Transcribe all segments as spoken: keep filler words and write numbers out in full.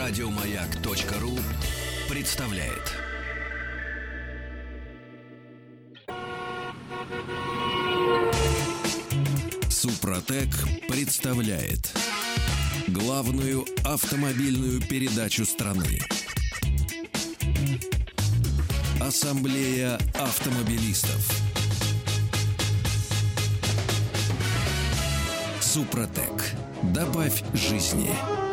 Радиомаяк.ру представляет. Супротек представляет главную автомобильную передачу страны. Ассамблея автомобилистов. Супротек. Добавь жизни.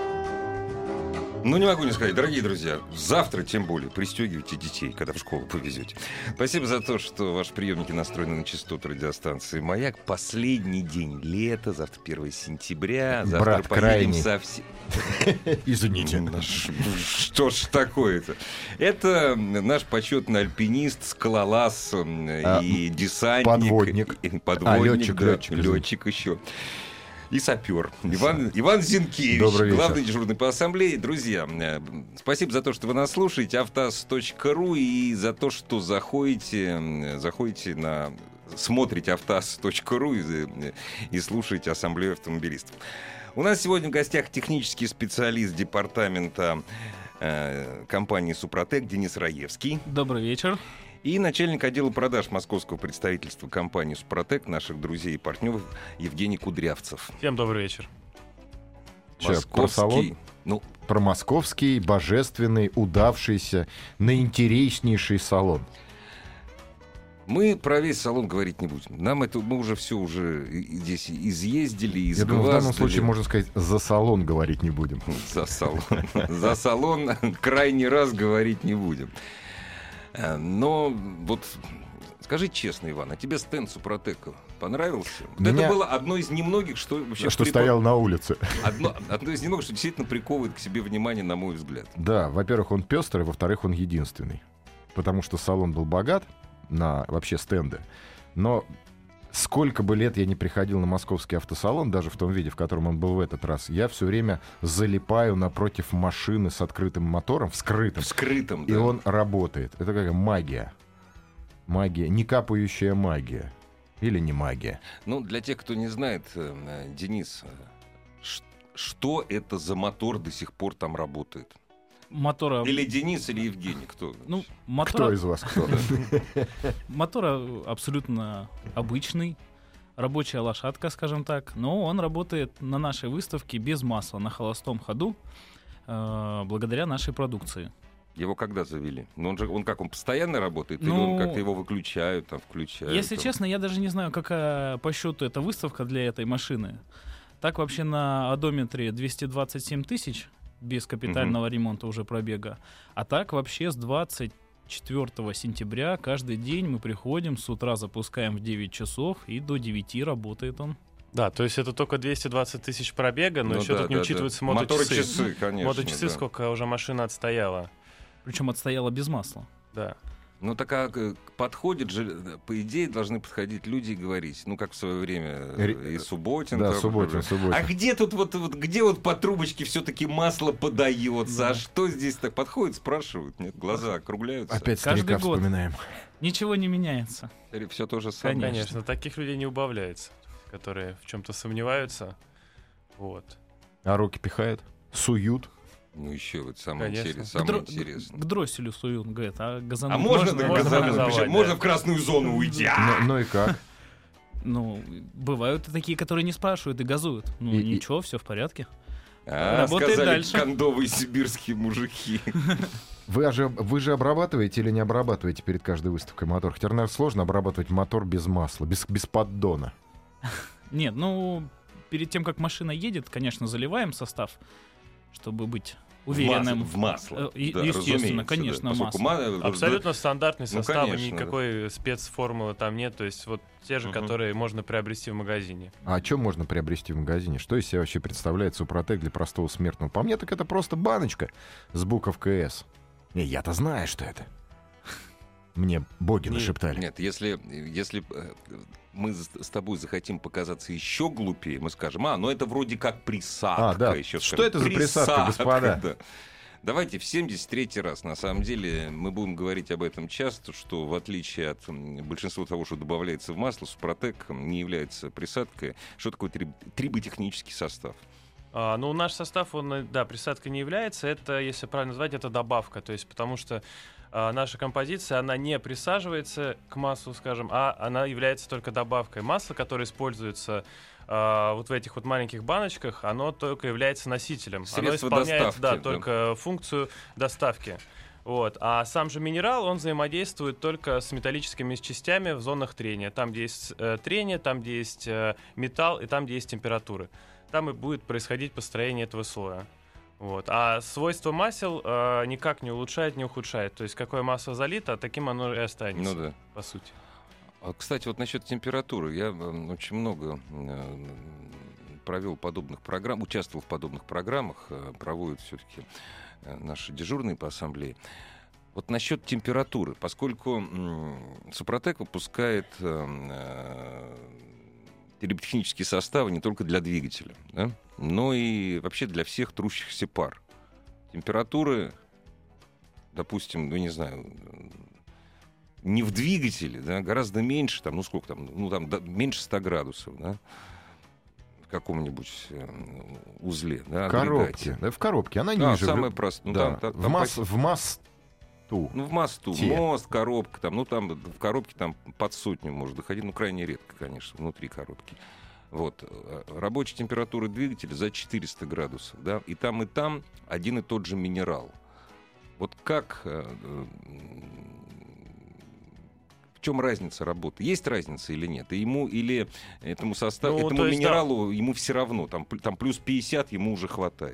Ну, не могу не сказать, дорогие друзья, завтра, тем более, пристегивайте детей, когда в школу повезете. Спасибо за то, что ваши приемники настроены на частоту радиостанции «Маяк». Последний день лета, завтра первое сентября. Завтра Брат поедем крайний. совсем... Извините. Что ж такое-то? Это наш почетный альпинист, скалолаз и десантник. подводник. и Подводник, А, летчик, да, летчик, извините. летчик еще. И сапер. Иван, Иван Зинкевич, Добрый вечер. главный дежурный по ассамблее. Друзья, э, спасибо за то, что вы нас слушаете. Автоаз точка ру и за то, что заходите, э, заходите на... смотрите автоаз точка ру и, э, и слушаете ассамблею автомобилистов. У нас сегодня в гостях технический специалист департамента э, компании «Супротек» Денис Раевский. Добрый вечер. И начальник отдела продаж московского представительства компании «Супротек», наших друзей и партнеров, Евгений Кудрявцев. Всем добрый вечер. Че, про салон? Ну, Про московский, божественный, удавшийся, наинтереснейший салон. мы про весь салон говорить не будем. Нам это мы уже все уже и- здесь изъездили, Я думаю, в данном случае можно сказать, за салон говорить не будем. За салон. За салон крайний раз говорить не будем. Э, Но вот скажи честно, Иван, а тебе стенд «Супротека» понравился? Вот Меня- это было одно из немногих, что вообще Что прикол- стоял на улице. Одно, одно из немногих, что действительно приковывает к себе внимание, на мой взгляд. Да, во-первых, он пестрый, во-вторых, он единственный. Потому что салон был богат на вообще стенды. Но сколько бы лет я не приходил на московский автосалон, даже в том виде, в котором он был в этот раз, я все время залипаю напротив машины с открытым мотором, вскрытым. В скрытом, И да. он работает. Это какая магия. Магия, не капающая магия. Или не магия. Ну, для тех, кто не знает, э, э, Денис, э, ш- что это за мотор до сих пор там работает? Мотора... Или Денис, или Евгений, кто? Ну, Кто мотора... из вас кто? Мотора абсолютно обычный. Рабочая лошадка, скажем так. Но он работает на нашей выставке без масла, на холостом ходу, э, благодаря нашей продукции. Его когда завели? Ну, он же, он как, он постоянно работает? Или Ну, он как-то его выключают, там, включают? Если там? честно, я даже не знаю, какая по счету эта выставка для этой машины. Так вообще на одометре двести двадцать семь тысяч без капитального ремонта уже пробега. А так вообще с двадцать четвёртого сентября каждый день мы приходим, с утра запускаем в девять часов и до девяти работает он. Да, то есть это только двести двадцать тысяч пробега, но Ну еще да, тут не да, учитываются да. моточасы. Моторочасы, конечно. Моточасы, да. сколько уже машина отстояла. Причем отстояла без масла. Да. Ну, так а э, подходит же, э, по идее, должны подходить люди и говорить, ну, как в свое время э, Ре- и Субботин. Да, там, Субботин, э, Субботин. А где тут вот, вот где вот по трубочке все-таки масло подается? Да. А что здесь так подходит, спрашивают? Нет, глаза округляются. Опять Каждый старика год. вспоминаем. Ничего не меняется. Все то же самое. Конечно. Конечно, таких людей не убавляется, которые в чем-то сомневаются. Вот. А руки пихают, суют. Ну, еще вот самое, Конечно. интерес, К, самое дро- интересное. к дросселю суют, говорят, а газануть А можно, можно? на можно газону газовать, побежать? да. Можно в красную зону уйти? А! Ну, ну и как? Ну, бывают и такие, которые не спрашивают и газуют. Ну, И- и- ничего, все в порядке. А, Работает сказали дальше. кондовые сибирские мужики. Вы же, вы же обрабатываете или не обрабатываете перед каждой выставкой мотор? Хотя, наверное, сложно обрабатывать мотор без масла, без, без поддона. Нет, ну, перед тем, как машина едет, конечно, заливаем состав, чтобы быть уверенным. В масло. Э, и- Да, естественно, разумеется, конечно, да. Поскольку масло. ма- Абсолютно стандартный Ну, состав, конечно, никакой спецформулы там нет. То есть вот те же, Мгм. которые можно приобрести в магазине. А что можно приобрести в магазине? Что из себя вообще представляет Супротек для простого смертного? По мне, так это просто баночка с буковкой «С». Не, я-то знаю, что это. Мне боги Не, нашептали. Нет, если, если э, мы с с тобой захотим показаться еще глупее, мы скажем, а, ну это вроде как присадка. А, да. Еще Что скажем. это за присадка, господа? Да. Давайте в семьдесят третий раз, на самом деле, мы будем говорить об этом часто, что в отличие от м, большинства того, что добавляется в масло, Супротек не является присадкой. Что такое триб- триботехнический состав? А, ну, наш состав, он, да, присадкой не является. Это, если правильно назвать, это добавка. То есть, потому что а, наша композиция, она не присаживается к маслу, скажем, а она является только добавкой. Масло, которое используется а, вот в этих вот маленьких баночках, оно только является носителем. Средство оно исполняет, доставки, да, да. только функцию доставки. Вот. А сам же минерал, он взаимодействует только с металлическими частями в зонах трения. Там, где есть э, трение, там, где есть э, металл и там, где есть температуры. Там и будет происходить построение этого слоя. Вот. А свойства масел э, никак не улучшает, не ухудшает. То есть какое масло залито, таким оно и останется, Ну да. по сути. А, кстати, вот насчет температуры. Я э, очень много э, провел подобных программ, участвовал в подобных программах, э, проводят все-таки э, наши дежурные по ассамблее. Вот насчет температуры, поскольку э, Супротек выпускает э, э, термотехнические составы не только для двигателя, да, но и вообще для всех трущихся пар. Температуры, допустим, ну не знаю, не в двигателе, да, гораздо меньше, там, ну сколько там, ну там да, меньше ста градусов, да, в каком-нибудь э, узле, да, Коробки. агрегате. Да, в коробке. Она А, ниже. самое простое. Ну, Да. там- там- в, там масс, почти- в мосту. Ну, в мосту. Те. Мост, коробка, там, ну, там в коробке там под сотню может доходить, ну, крайне редко, конечно, внутри коробки. Вот. Рабочая температура двигателя за четыреста градусов, да, и там, и там один и тот же минерал. Вот как... э, э, в чем разница работы? Есть разница или нет? И ему или этому составу, Ну, этому то есть, минералу ему все равно, там, пл- там плюс пятьдесят ему уже хватает.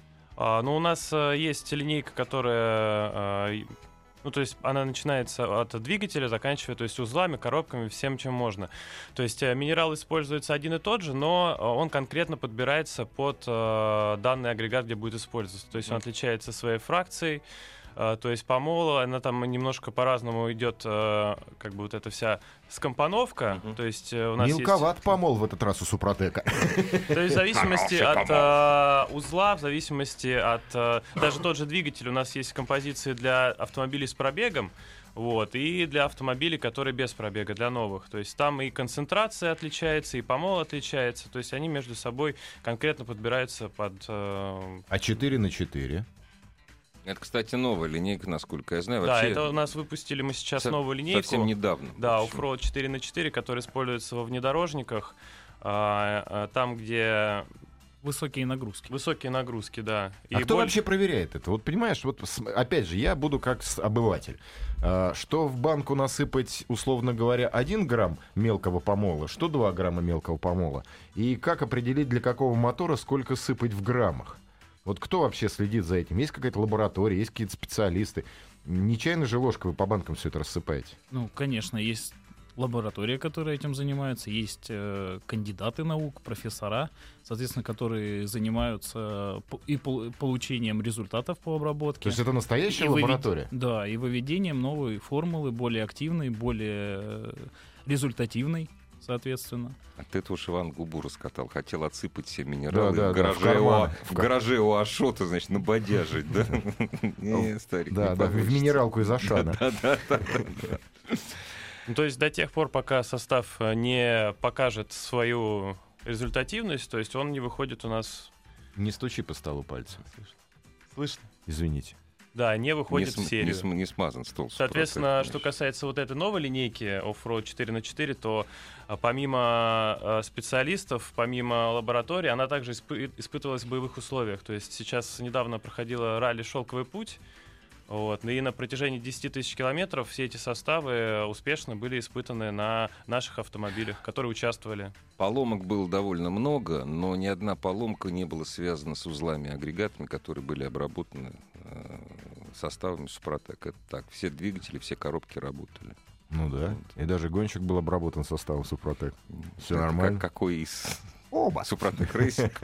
А, ну, у нас э, есть линейка, которая... э, ну, то есть она начинается от двигателя, заканчивая, то есть узлами, коробками, всем, чем можно. То есть э, минерал используется один и тот же, но э, он конкретно подбирается под э, данный агрегат, где будет использоваться. То есть он отличается своей фракцией. Uh, то есть помола, она там немножко по-разному идет, uh, как бы вот эта вся скомпоновка. Мгм. То есть uh, у нас Мелковат помол в этот раз у Супротека. есть... То есть в зависимости от uh, узла, в зависимости от... Uh, даже тот же двигатель, у нас есть композиции для автомобилей с пробегом, вот, и для автомобилей, которые без пробега, для новых. То есть там и концентрация отличается, и помол отличается. То есть они между собой конкретно подбираются под... Uh... А четыре на четыре? Это, кстати, новая линейка, насколько я знаю. Да, Вообще, это у нас выпустили мы сейчас со- новую линейку. совсем недавно. Да, в общем. Offroad четыре на четыре, который используется во внедорожниках, а, а, там, где Высокие нагрузки. высокие нагрузки, да. А И кто боль- вообще проверяет это? Вот понимаешь, вот с- опять же, я буду как с- обыватель. А, что в банку насыпать, условно говоря, один грамм мелкого помола, что два грамма мелкого помола? И как определить, для какого мотора сколько сыпать в граммах? Вот кто вообще следит за этим? Есть какая-то лаборатория, есть какие-то специалисты? Нечаянно же ложкой вы по банкам все это рассыпаете. Ну, конечно, есть лаборатория, которая этим занимается, есть э, кандидаты наук, профессора, соответственно, которые занимаются по- и пол- получением результатов по обработке. То есть это настоящая И вывед- лаборатория? Да, и выведением новой формулы, более активной, более э, результативной, соответственно. А ты уж Иван губу раскатал. Хотел отсыпать все минералы Да, да, в, да, гараже в карман. у, А- в гараже у Ашота, значит, набодяжить, да? Не, старик, Да, не да, в получится. минералку из Ашана. Да, да, да, да. Ну, то есть до тех пор, пока состав э, не покажет свою результативность, то есть он не выходит у нас... Не стучи по столу пальцем. Слышно? Извините. Да, не выходит Не см- в серию. не см- не смазан стол. Соответственно, Супротек, что конечно. касается вот этой новой линейки Offroad четыре на четыре, то а, помимо а, специалистов, помимо лаборатории, она также испы- испытывалась в боевых условиях. То есть сейчас недавно проходила ралли «Шелковый путь», вот, и на протяжении десяти тысяч километров все эти составы успешно были испытаны на наших автомобилях, которые участвовали. Поломок было довольно много, но ни одна поломка не была связана с узлами и агрегатами, которые были обработаны э, составами Супротек. Это так. Все двигатели, все коробки работали. Ну да. И даже гонщик был обработан составом Супротек. Все Это нормально. Как, какой из Оба. Супротек Рейсинг.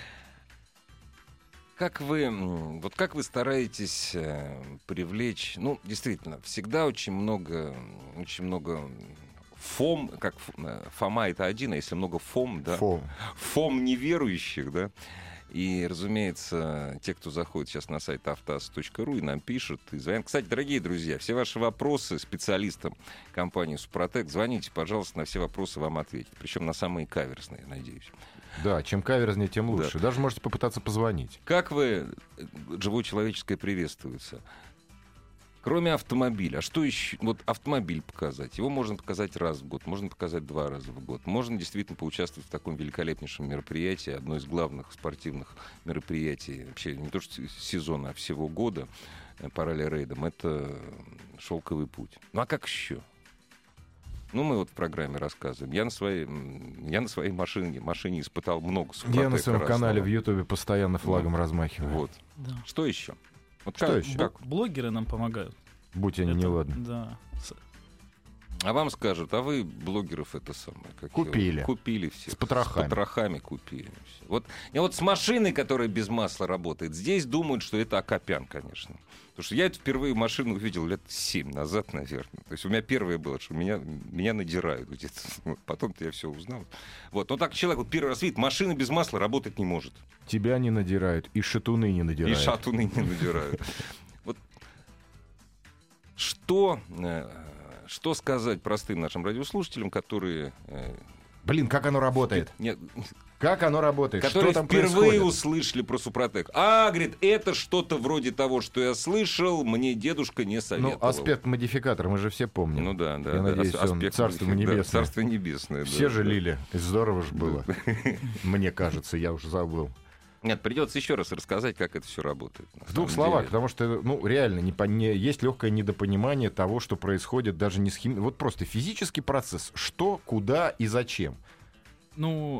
Как вы, м, вот как вы стараетесь э, привлечь, ну, действительно, всегда очень много, очень много фом, как ф- э, Фома это один, а если много фом, да, Фу. фом неверующих, да, и, разумеется, те, кто заходит сейчас на сайт автоаз точка ру и нам пишут, и звонят. Кстати, дорогие друзья, все ваши вопросы специалистам компании Супротек, звоните, пожалуйста, на все вопросы вам ответят, причем на самые каверзные, я надеюсь. Да, чем каверзнее, тем лучше. Да. Даже можете попытаться позвонить. Как вы, живое человеческое приветствуется? Кроме автомобиля, а что еще? Вот автомобиль показать. Его можно показать раз в год, можно показать два раза в год. Можно действительно поучаствовать в таком великолепнейшем мероприятии, одно из главных спортивных мероприятий вообще не то что сезона, а всего года по ралли-рейдам. Это «Шелковый путь». Ну а как еще? Ну, мы вот в программе рассказываем. Я на своей, я на своей машине, машине испытал много Супротека. Я на своем разного. канале в Ютубе постоянно флагом Ну, размахиваю. Вот. Да. Что еще? Вот Что как, еще? как? Блогеры нам помогают. Будь они Это- неладны. Да. С- А вам скажут, а вы блогеров это самое. Как Купили. его, купили все. С потрохами. С потрохами купили. Все. Вот, я вот с машиной, которая без масла работает, здесь думают, что это Акопян, конечно. Потому что я эту впервые машину увидел лет семь назад, наверное. То есть у меня первое было, что меня, меня надирают где-то. Вот, потом-то я все узнал. Вот. Но так человек вот первый раз видит, машина без масла работать не может. Тебя не надирают, и шатуны не надирают. И шатуны не надирают. Вот что, э, что сказать простым нашим радиослушателям, которые... э, Блин, как оно работает? нет, Как оно работает? которые Что там впервые происходит? услышали про Супротек. А, говорит, это что-то вроде того, что я слышал, мне дедушка не Ну, советовал. аспект модификатора, мы же все помним. Ну да, да. Я да, надеюсь, ас- он аспект царство модифик- да, небесное. царство небесное. Все да, же да. лили. И здорово же было. Мне кажется, я уже забыл. Нет, придется еще раз рассказать, как это все работает. на В двух самом словах, деле. потому что, ну, реально, не, по- не- есть легкое недопонимание того, что происходит даже не с хим... Вот просто физический процесс. Что, куда и зачем. Ну,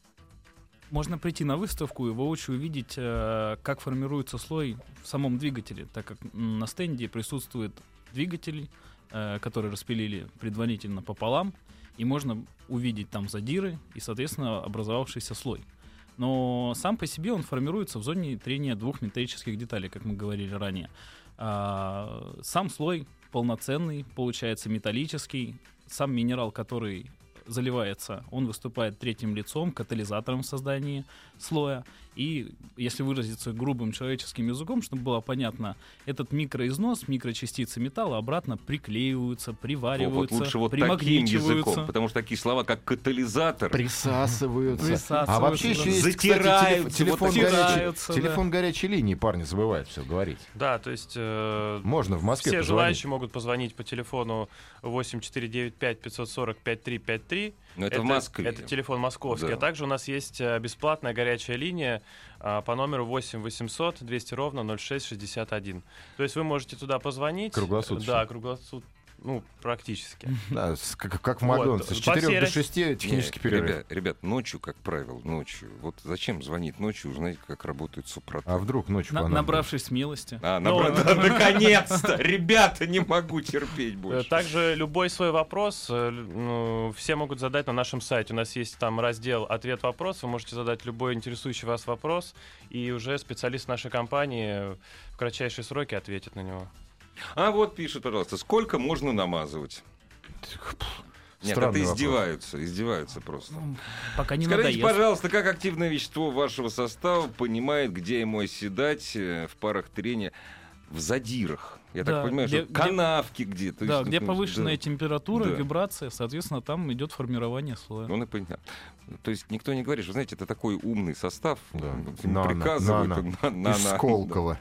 можно прийти на выставку и воочию увидеть, э, как формируется слой в самом двигателе, так как м, на стенде присутствует двигатель, э, который распилили предварительно пополам, и можно увидеть там задиры и, соответственно, образовавшийся слой. Но сам по себе он формируется в зоне трения двух металлических деталей, как мы говорили ранее. А, сам слой полноценный, получается металлический. Сам минерал, который заливается, он выступает третьим лицом, катализатором в создании слоя. И, если выразиться грубым человеческим языком, чтобы было понятно, этот микроизнос, микрочастицы металла обратно приклеиваются, О, вот привариваются, лучше вот таким примагничиваются. языком, потому что такие слова, как катализатор, Присасываются. Присасываются, А вообще да. еще есть, Затираются, кстати, телеф- вот телефон, так. горячей, Затираются, да. телефон горячей линии, парни забывают все говорить. Да, то есть э, Можно в Москве все позвонить. желающие могут позвонить по телефону восемь четыре девять пять пятьсот сорок пять три пять три. но это, в Москве. Это телефон московский. Да. А также у нас есть э, бесплатная горячая линия а, по номеру восемь восемьсот двести ровно ноль шесть шестьдесят один. То есть вы можете туда позвонить. Круглосуточно. Да, круглосуточно. Ну, практически. Да, с- как, как в Вот. Макдональдсе. С По всей четырёх до России- шести технический Не, перерыв. Ребят, ребят, ночью, как правило, ночью. Вот зачем звонить ночью, узнать, как работает Супротек? А вдруг ночью На- понадобится? набравшись смелости. А, Ну, набра- да, наконец-то! Ребята, не могу терпеть Э, больше. Также любой свой вопрос э, лю- ну, все могут задать на нашем сайте. У нас есть там раздел «Ответ-вопрос». Вы можете задать любой интересующий вас вопрос, и уже специалист нашей компании в кратчайшие сроки ответит на него. А вот пишет, пожалуйста, сколько можно намазывать? Нет, Странный это вопрос. издеваются, издеваются просто. Ну, пока не Скажите, надоест. пожалуйста, как активное вещество вашего состава понимает, где ему оседать э, в парах трения в задирах? Я Да, так понимаю, где- что канавки где. То Да, есть, где ну, повышенная да. температура, Да. вибрация, соответственно, там идет формирование слоя. Ну, понятно. То есть никто не говорит, что, знаете, это такой умный состав. Да. Ему Нано, приказывают. нано. на- на- Из на- Сколково.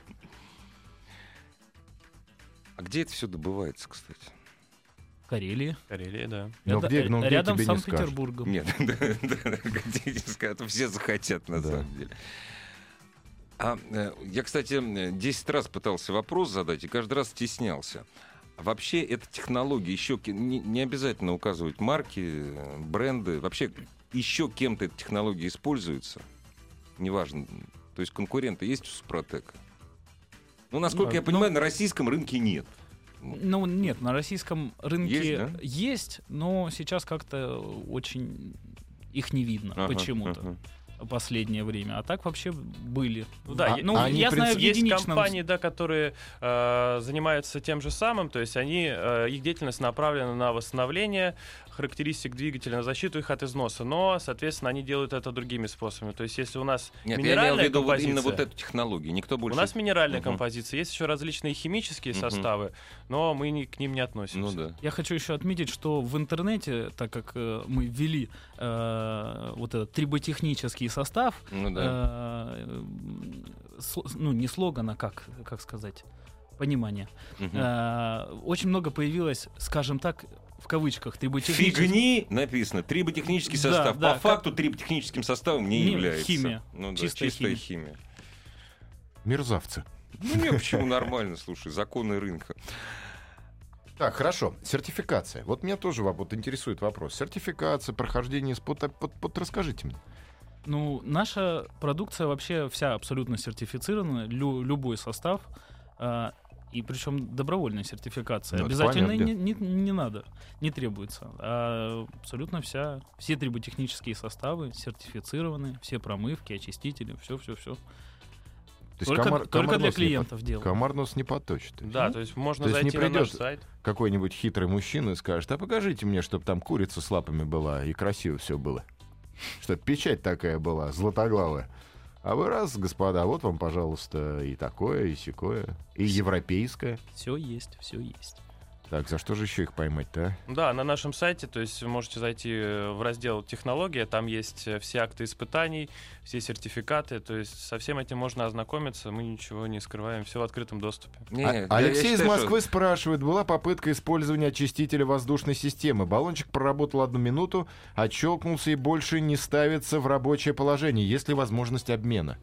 А где это все добывается, кстати? В Карелии. Карелия, да. Но Это, где, э, ну, где рядом тебе с не скажут? Санкт-Петербургом. Нет, да, да, где не скажут, все захотят, на Да. самом деле. А, э, я, кстати, десять раз пытался вопрос задать и каждый раз стеснялся. Вообще, эта технология еще ки- не, не обязательно указывать марки, э, бренды. Вообще, еще кем-то эта технология используется. Неважно. То есть конкуренты есть у Супротека? Ну, насколько Да, я понимаю, на российском рынке нет. Ну, нет, на российском рынке Есть, да? есть, но сейчас как-то очень их не видно Ага, почему-то ага. в последнее время. А так вообще были. Ну да, А- е- ну, а они я принцип- знаю в Есть единичном... компании, да, которые э, занимаются тем же самым, то есть они, э, их деятельность направлена на восстановление характеристик двигателя, на защиту их от износа, но, соответственно, они делают это другими способами. То есть, если у нас Нет, минеральная я имел в виду вот композиция, именно вот эту технологию. Никто больше... у нас минеральная Мгм. композиция, есть еще различные химические Мгм. составы, но мы не- к ним не относимся. Ну да. Я хочу еще отметить, что в интернете, так как э, мы ввели э, вот этот триботехнический состав, Ну да. э, сло- ну не слоган, а как, как сказать, понимание. Мгм. Э, очень много появилось, скажем так, в кавычках, триботехнических... Фигни написано. Триботехнический Да, состав. да, По как- факту триботехническим составом не, Не, является. химия. Ну да, Чистая чистая химия. химия. Мерзавцы. Ну не, почему нормально, слушай, законы рынка. Так, хорошо. Сертификация. Вот меня тоже вот интересует вопрос. Сертификация, прохождение испыт... Вот, вот расскажите мне. Ну, наша продукция вообще вся абсолютно сертифицирована, лю- любой состав, а, и причем добровольная сертификация. Ну, это Обязательно понятно. не, не, не надо, не требуется. А абсолютно вся, все триботехнические составы сертифицированы, все промывки, очистители, все-все-все. То есть Только, комар- только комар для нос не клиентов по- делаем. Комар нос не поточит. Да, то есть можно То есть не зайти на наш придёт- сайт. Какой-нибудь хитрый мужчина и скажет: а покажите мне, чтобы там курица с лапами была и красиво все было. Чтобы печать такая была, златоглавая. А вы раз, господа, вот вам, пожалуйста, и такое, и сякое, и европейское. Все есть, все есть. Так, за что же еще их поймать-то, а? Да, на нашем сайте, то есть вы можете зайти э, в раздел «Технология», там есть э, все акты испытаний, все сертификаты, то есть со всем этим можно ознакомиться, мы ничего не скрываем, все в открытом доступе. Не, А- я- я Алексей из считаю, что- Москвы спрашивает: была попытка использования очистителя воздушной системы. Баллончик проработал одну минуту, отщелкнулся и больше не ставится в рабочее положение. Есть ли возможность обмена?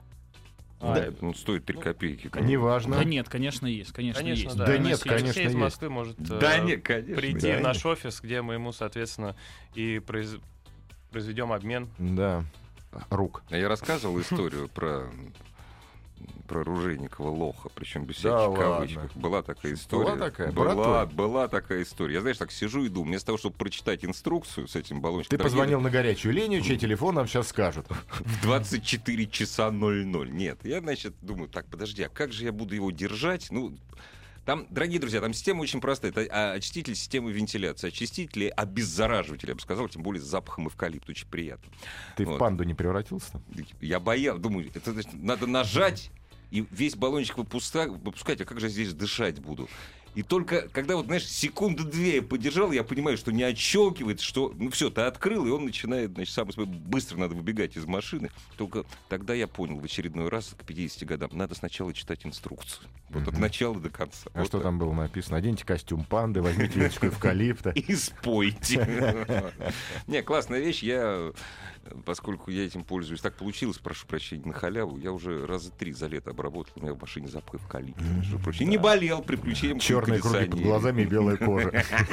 А, Да. это, ну, стоит три копейки. Неважно. Да нет, конечно, есть, конечно, Конечно, есть. да. Да На нет, сайте. конечно, Алексей из есть. Москвы может э, Да нет, конечно. прийти Да, в наш нет. офис, где мы ему, соответственно, и произ- произведем обмен. Да. Рук. А я рассказывал историю про про Ружейникова лоха, причем без Да всяких кавычек. ладно. Была такая история. такая? Была, Братва? была такая история. Я, знаешь, так сижу и думаю, вместо того, чтобы прочитать инструкцию с этим баллончиком, Ты дорогие- позвонил на горячую линию, чей телефон нам сейчас скажут. в двадцать четыре часа ноль ноль. Нет, я, значит, думаю, так, подожди, а как же я буду его держать? Ну, там, дорогие друзья, там система очень простая. Это а, очиститель системы вентиляции. Очистители, обеззараживатели, я бы сказал, тем более с запахом эвкалипта. Очень приятно. Ты Вот. в панду не превратился там? Я боялся, думаю, это значит, надо нажать и весь баллончик выпуска- выпускать, а как же я здесь дышать буду? И только когда, вот, знаешь, секунды две я подержал, я понимаю, что не отщелкивает, что, ну все, ты открыл, и он начинает, значит, сам собой, быстро надо выбегать из машины. Только тогда я понял в очередной раз, к пятидесяти годам, надо сначала читать инструкцию. Вот от Мгм. начала до конца. А Вот что так. там было написано? Оденьте костюм панды, возьмите веточку эвкалипта. И спойте. Не, классная вещь. Я, поскольку я этим пользуюсь, так получилось, прошу прощения, на халяву, я уже раза три за лето обработал. У меня в машине запах эвкалипта, между прочим. И не болел при включении Черные круги под глазами и белая кожа.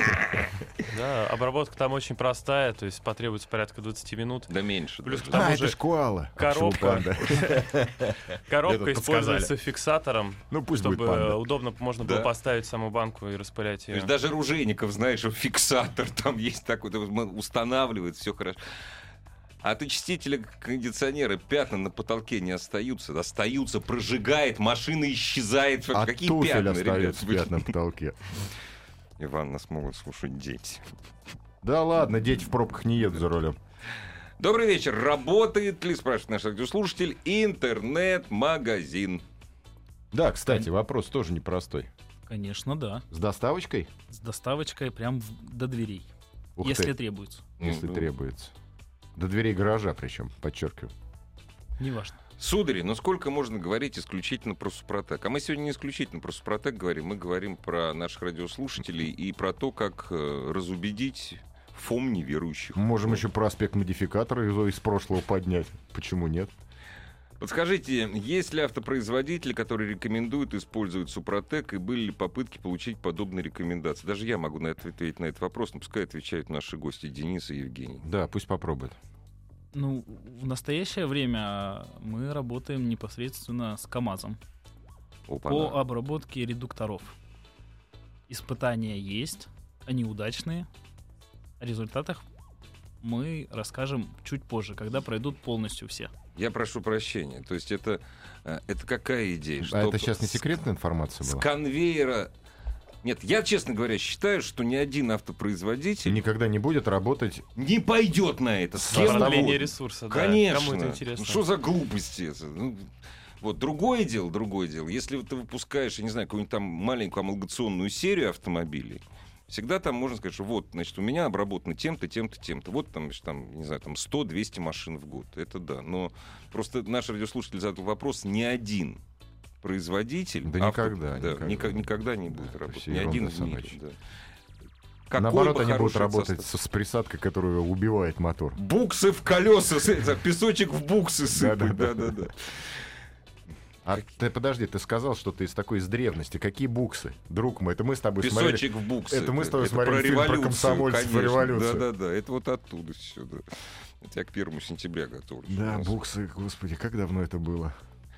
Да, обработка там очень простая, то есть потребуется порядка двадцать минут. Да меньше. Плюс даже. к тому А, же это ж коала. коробка. Панда. Коробка Мне тут подсказали. используется фиксатором, Ну пусть будет чтобы панда. удобно можно было Да. поставить саму банку и распылять То ее. есть даже Ружейников, знаешь, что фиксатор там есть такой, то есть устанавливает, все хорошо. А от очистителя кондиционера пятна на потолке не остаются. Остаются, прожигает, машина исчезает. А Какие туфель пятна, остается ребят? пятна на потолке. Иван, нас могут слушать дети. Да ладно, дети в пробках не едут за рулем. Добрый вечер. Работает ли, спрашивает наш радиослушатель, интернет-магазин? Да, кстати, вопрос тоже непростой. Конечно, да. С доставочкой? С доставочкой прям в- до дверей, Ух если ты, требуется. если Ну, требуется. До дверей гаража причем, подчеркиваю. Неважно. Судари, ну сколько можно говорить исключительно про Супротек? А мы сегодня не исключительно про Супротек говорим, мы говорим про наших радиослушателей и про то, как э, разубедить фом неверующих. Можем еще проспект модификатора из, из прошлого поднять. Почему нет? Подскажите, есть ли автопроизводители, которые рекомендуют использовать Супротек, и были ли попытки получить подобные рекомендации? Даже я могу на это ответить на этот вопрос, но пускай отвечают наши гости Денис и Евгений. Да, пусть попробует. Ну, в настоящее время мы работаем непосредственно с КАМАЗом Опа, по обработке редукторов. Испытания есть, они удачные. О результатах мы расскажем чуть позже, когда пройдут полностью все. Я прошу прощения. То есть это, э, это какая идея? А Чтоб это сейчас не с- секретная информация С была? конвейера... Нет, я, честно говоря, считаю, что ни один автопроизводитель Никогда не будет работать. не пойдет на это. С кем Продление угодно. ресурса, да. Конечно. Кому это интересно. Ну, что за глупости это? Ну, вот другое дело, другое дело. Если ты выпускаешь, я не знаю, какую-нибудь там маленькую амалгационную серию автомобилей, всегда там можно сказать, что вот, значит, у меня обработано тем-то, тем-то, тем-то. Вот там, значит, там, не знаю, там сто-двести машин в год. Это да. Но просто наш радиослушатель задал вопрос, ни один производитель... Да авто- никогда, да, никогда. ника- никогда не будет Это работать. всё Ни один ерунда в мире. собачья. Да. Какой Наоборот, бы они будут хороший работать состав. с, с присадкой, которая убивает мотор. Буксы в колеса, с- это, песочек в буксы сыпать. Да-да-да. Да-да-да. А ты подожди, ты сказал, что ты из такой из древности. Какие буксы? Друг мой, это мы с тобой смотрели. Песочек в буксы. Это мы с тобой Это смотрели фильм про революцию, комсомольцев и конечно. революцию. Да-да-да, это вот оттуда все. Да. Это я к первому сентября готовлюсь. Да, У нас- буксы, господи, как давно это было?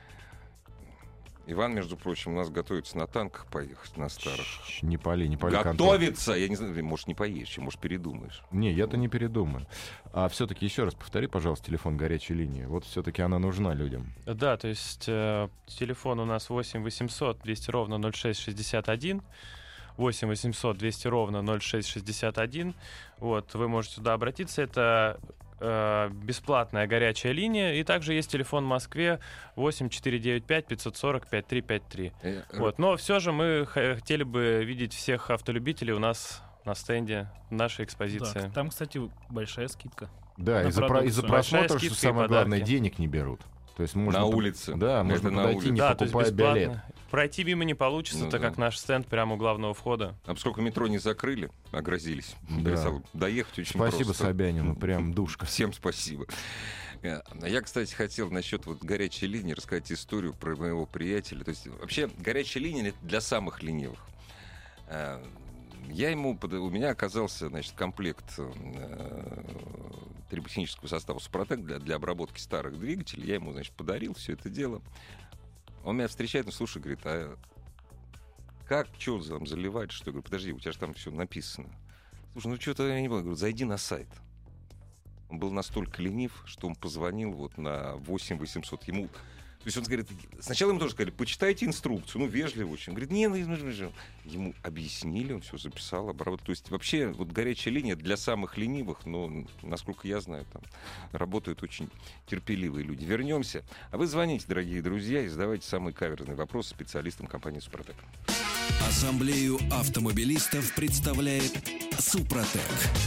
Иван, между прочим, у нас готовится на танках поехать, на старых. Щ, Не пали, не пали контор. Готовится! Я не знаю, может, не поедешь, может, передумаешь. Не, я-то не передумаю. А все-таки еще раз повтори, пожалуйста, телефон горячей линии. Вот все-таки она нужна людям. Да, то есть э, телефон у нас восемь восемьсот двести ровно ноль шесть шестьдесят один. восемь восемьсот двести ровно ноль шесть шестьдесят один. Вот, вы можете туда обратиться. Это э, бесплатная горячая линия. И также есть телефон в Москве восемь четыре девять пять пятьсот сорок пять три пять три. Э, э, Вот, но все же мы х- хотели бы видеть всех автолюбителей у нас на стенде, в нашей экспозиции. Да, там, кстати, большая скидка. Да, На из-за, про- из-за продукцию. просмотра, Большая что скидка и самое главное, подарки. денег не берут. То есть можно На по- улице. Да, Это можно на подойти, улице. не Да, то есть покупая билет. бесплатно. Пройти мимо не получится, Ну так да. как наш стенд прямо у главного входа. А поскольку метро не закрыли, а грозились, Да. Борисович, доехать очень Спасибо просто. Собянину, прям душка. Всем спасибо. Э, Я, кстати, хотел насчет вот горячей линии рассказать историю про моего приятеля. То есть вообще горячая линия — это для самых ленивых. Э, Я ему, под- у меня оказался, значит, комплект э, триботехнического состава Супротек для, для обработки старых двигателей. Я ему, значит, подарил все это дело. Он меня встречает, ну, слушай, говорит, а как, что там заливать, что? Я говорю, подожди, у тебя же там все написано. Слушай, ну что-то я не понимаю. Говорю, зайди на сайт. Он был настолько ленив, что он позвонил вот на восемь восемьсот. Ему... То есть он говорит, сначала ему тоже сказали, почитайте инструкцию, ну, вежливо очень. Он говорит, не, ну, ну, ну, ну». Ему объяснили, он все записал, обработал. То есть вообще вот горячая линия для самых ленивых, но, насколько я знаю, там работают очень терпеливые люди. Вернемся. А вы звоните, дорогие друзья, и задавайте самые каверзные вопросы специалистам компании «Супротек». Ассамблею автомобилистов представляет Супротек.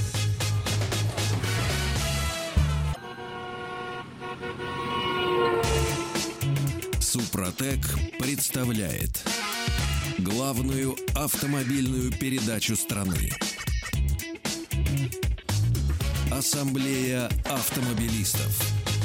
Супротек представляет главную автомобильную передачу страны. Ассамблея автомобилистов.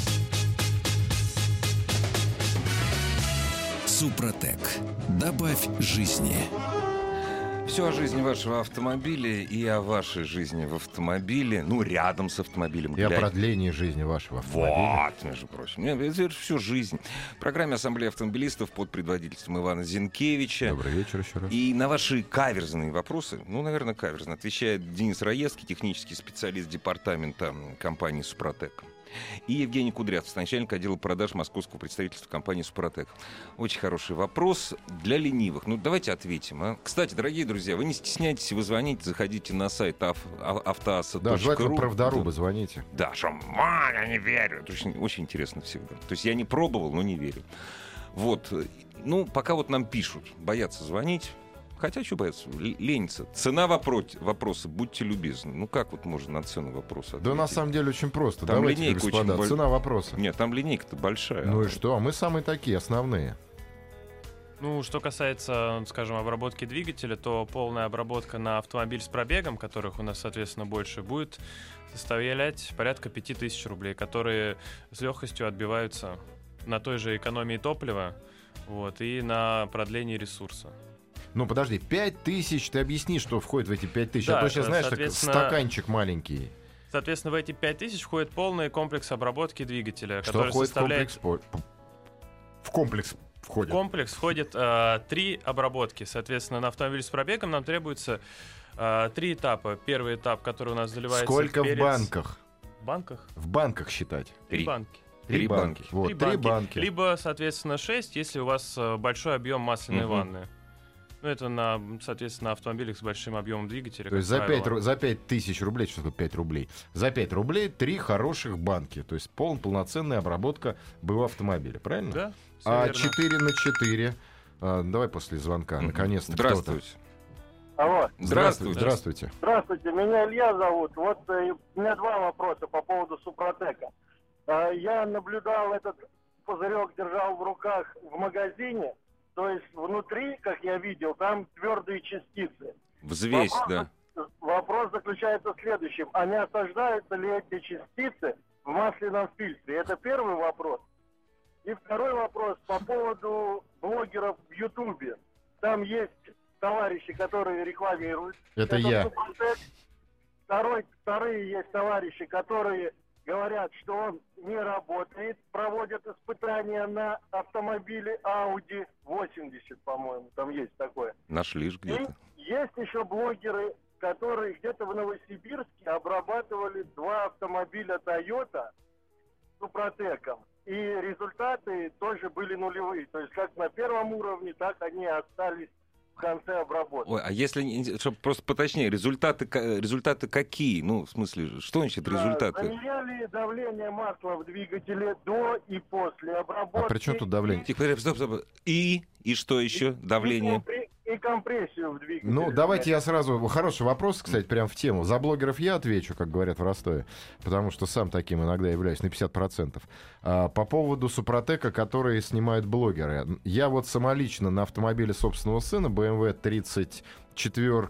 Супротек. Добавь жизни. Все о жизни вашего автомобиля и о вашей жизни в автомобиле, ну, рядом с автомобилем. И о глядя- продлении жизни вашего автомобиля. Вот, между прочим. Нет, Это всю жизнь. В программе Ассамблеи автомобилистов под предводительством Ивана Зинкевича. Добрый вечер еще раз. И на ваши каверзные вопросы, ну, наверное, каверзно, отвечает Денис Раевский, технический специалист департамента компании «Супротек». И Евгений Кудрявцев, начальник отдела продаж московского представительства компании «Супротек». Очень хороший вопрос для ленивых. Ну, давайте ответим. А? Кстати, дорогие друзья, вы не стесняйтесь, вы звоните, заходите на сайт автоаса точка ру. Да, желательно правдорубы звоните. Да, что «Ма, я не верю». Это очень, очень интересно всегда. То есть я не пробовал, но не верю. Вот. Ну, пока вот нам пишут, боятся звонить. Хотя, что боятся? Л- Ленится. Цена вопро- вопроса, будьте любезны. Ну, как вот можно на цену вопроса ответить? Да на самом деле очень просто. Там Давайте, линейка господа, очень боль- цена вопроса. Нет, там линейка-то большая. Ну и что? А мы самые такие, основные. Ну, что касается, скажем, обработки двигателя, то полная обработка на автомобиль с пробегом, которых у нас, соответственно, больше, будет составлять порядка пяти тысяч рублей, которые с легкостью отбиваются на той же экономии топлива, вот, и на продлении ресурса. Ну подожди, пять тысяч, ты объясни, что входит в эти пять тысяч. Да, а то сейчас, это, знаешь, так, соответственно, стаканчик маленький. Соответственно, в эти пять тысяч входит полный комплекс обработки двигателя, Что который входит в составляет... комплекс? По- В комплекс входит. В комплекс входит э, три обработки. Соответственно, на автомобиль с пробегом нам требуется э, три этапа. Первый этап, который у нас заливается Сколько перец. в банках? В банках? В банках считать. Три Три. банки. Три банки. Вот, три банки. Либо, соответственно, шесть, если у вас э, большой объем масляной Мгм. ванны. Ну, это, на, соответственно, на автомобилях с большим объемом двигателя. То есть за пять, за пять тысяч рублей, что такое пять рублей? За пять рублей три хороших банки. То есть пол, полноценная обработка БУ автомобиля, правильно? Да, всё А верно. четыре на четыре. А, давай после звонка, Мгм. наконец-то Здравствуйте. Алло. Здравствуйте. Здравствуйте. Здравствуйте, меня Илья зовут. Вот э, у меня два вопроса по поводу Супротека. Э, я наблюдал этот пузырек, держал в руках в магазине. То есть внутри, как я видел, там твердые частицы. Взвесь, Вопрос, да. вопрос заключается в следующем. А не осаждаются ли эти частицы в масляном фильтре? Это первый вопрос. И второй вопрос по поводу блогеров в Ютубе. Там есть товарищи, которые рекламируют. Это я. Супротек. Второй, вторые есть товарищи, которые говорят, что он не работает, проводят испытания на автомобиле Audi восемьдесят, по-моему, там есть такое. Нашли ж где-то. И есть еще блогеры, которые где-то в Новосибирске обрабатывали два автомобиля Toyota Супротеком. И результаты тоже были нулевые. То есть как на первом уровне, так они остались в конце обработки. Ой, а если, чтобы просто поточнее, результаты, ка- результаты какие? Ну, в смысле, что значит результаты? Замеряли давление масла в двигателе до и после обработки. А при чем тут давление? Тихо, подожди, стоп, стоп. И? И что еще? Давление? И, компре- и компрессию в двигателе. Ну, давайте я сразу... Хороший вопрос, кстати, прям в тему. За блогеров я отвечу, как говорят в Ростове, потому что сам таким иногда являюсь, на пятьдесят процентов. А, по поводу Супротека, которые снимают блогеры. Я вот самолично на автомобиле собственного сына, бэ эм вэ тридцать четыре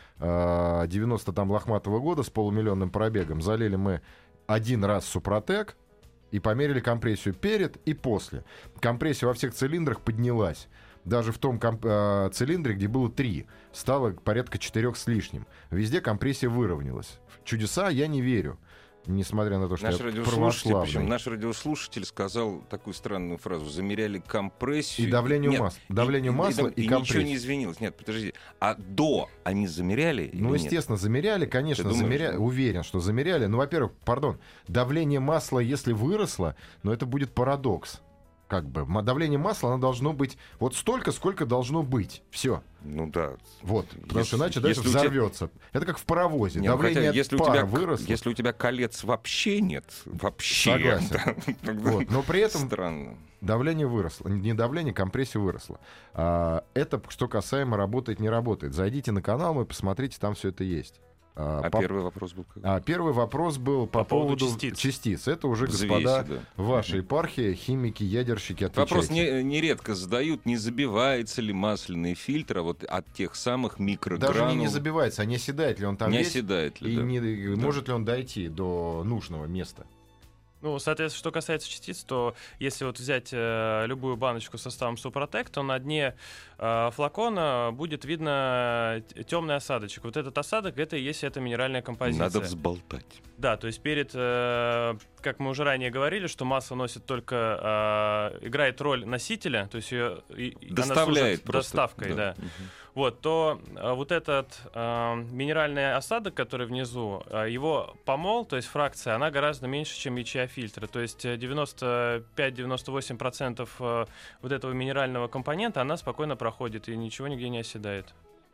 девяносто там лохматого года с полумиллионным пробегом, залили мы один раз Супротек и померили компрессию перед и после. Компрессия во всех цилиндрах поднялась. Даже в том комп- э, цилиндре, где было три, стало порядка четырех с лишним. Везде компрессия выровнялась. В чудеса я не верю, несмотря на то, что Наш я радиослушатель, православный. причем наш радиослушатель сказал такую странную фразу: замеряли компрессию И давлению Нет, масла. Давлению и, масла и, и и компрессию. ничего не изменилось. Нет, подожди. А до они замеряли? Ну, или естественно, замеряли, конечно, Ты думаешь, замеряли. да? Уверен, что замеряли. Ну, во-первых, пардон, давление масла, если выросло, но это будет парадокс. Как бы м- давление масла, оно должно быть вот столько, сколько должно быть. Все. нет? Ну да. Вот. Потому Если- что иначе дальше если у тебя- взорвется. Это как в паровозе. Не, ну, давление хотя, если, у пара тебя, выросло. если у тебя колец вообще нет, вообще, Согласен. да, тогда Вот. Но при этом странно. давление выросло. Не давление, компрессия выросла. А, это что касаемо работает, не работает. Зайдите на канал, мы посмотрите, там все это есть. А, А по- первый вопрос был какой? а, первый вопрос был по, По поводу поводу частиц. Это уже, Взвеси, господа, да. ваша епархия, химики, ядерщики, отвечайте. Вопрос не- нередко задают, не забивается ли масляный фильтр а вот от тех самых микрогранул. Даже не, не забивается, а не оседает ли он там Не весь, оседает ли, и да. не- Да. может ли он дойти до нужного места. Ну, соответственно, что касается частиц, то если вот взять э, любую баночку с составом Супротек, то на дне э, флакона будет видно темный осадочек. Вот этот осадок — это и есть эта минеральная композиция. Надо взболтать. Да, то есть перед, э, как мы уже ранее говорили, что масло носит только, э, играет роль носителя, то есть ее, и- и она Доставляет служит просто. доставкой, да. Мгм. Вот, то э, вот этот э, минеральный осадок, который внизу, э, его помол, то есть фракция, она гораздо меньше, чем ячея фильтра. То есть э, девяносто пять - девяносто восемь процентов э, вот этого минерального компонента, она спокойно проходит и ничего нигде не оседает.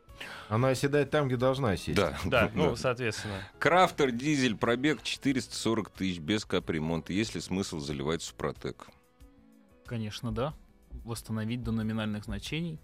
Она оседает там, где должна осесть. Да. Да, ну, соответственно. Крафтер, дизель, пробег четыреста сорок тысяч без капремонта. Есть ли смысл заливать Супротек? Конечно, да. Восстановить до номинальных значений.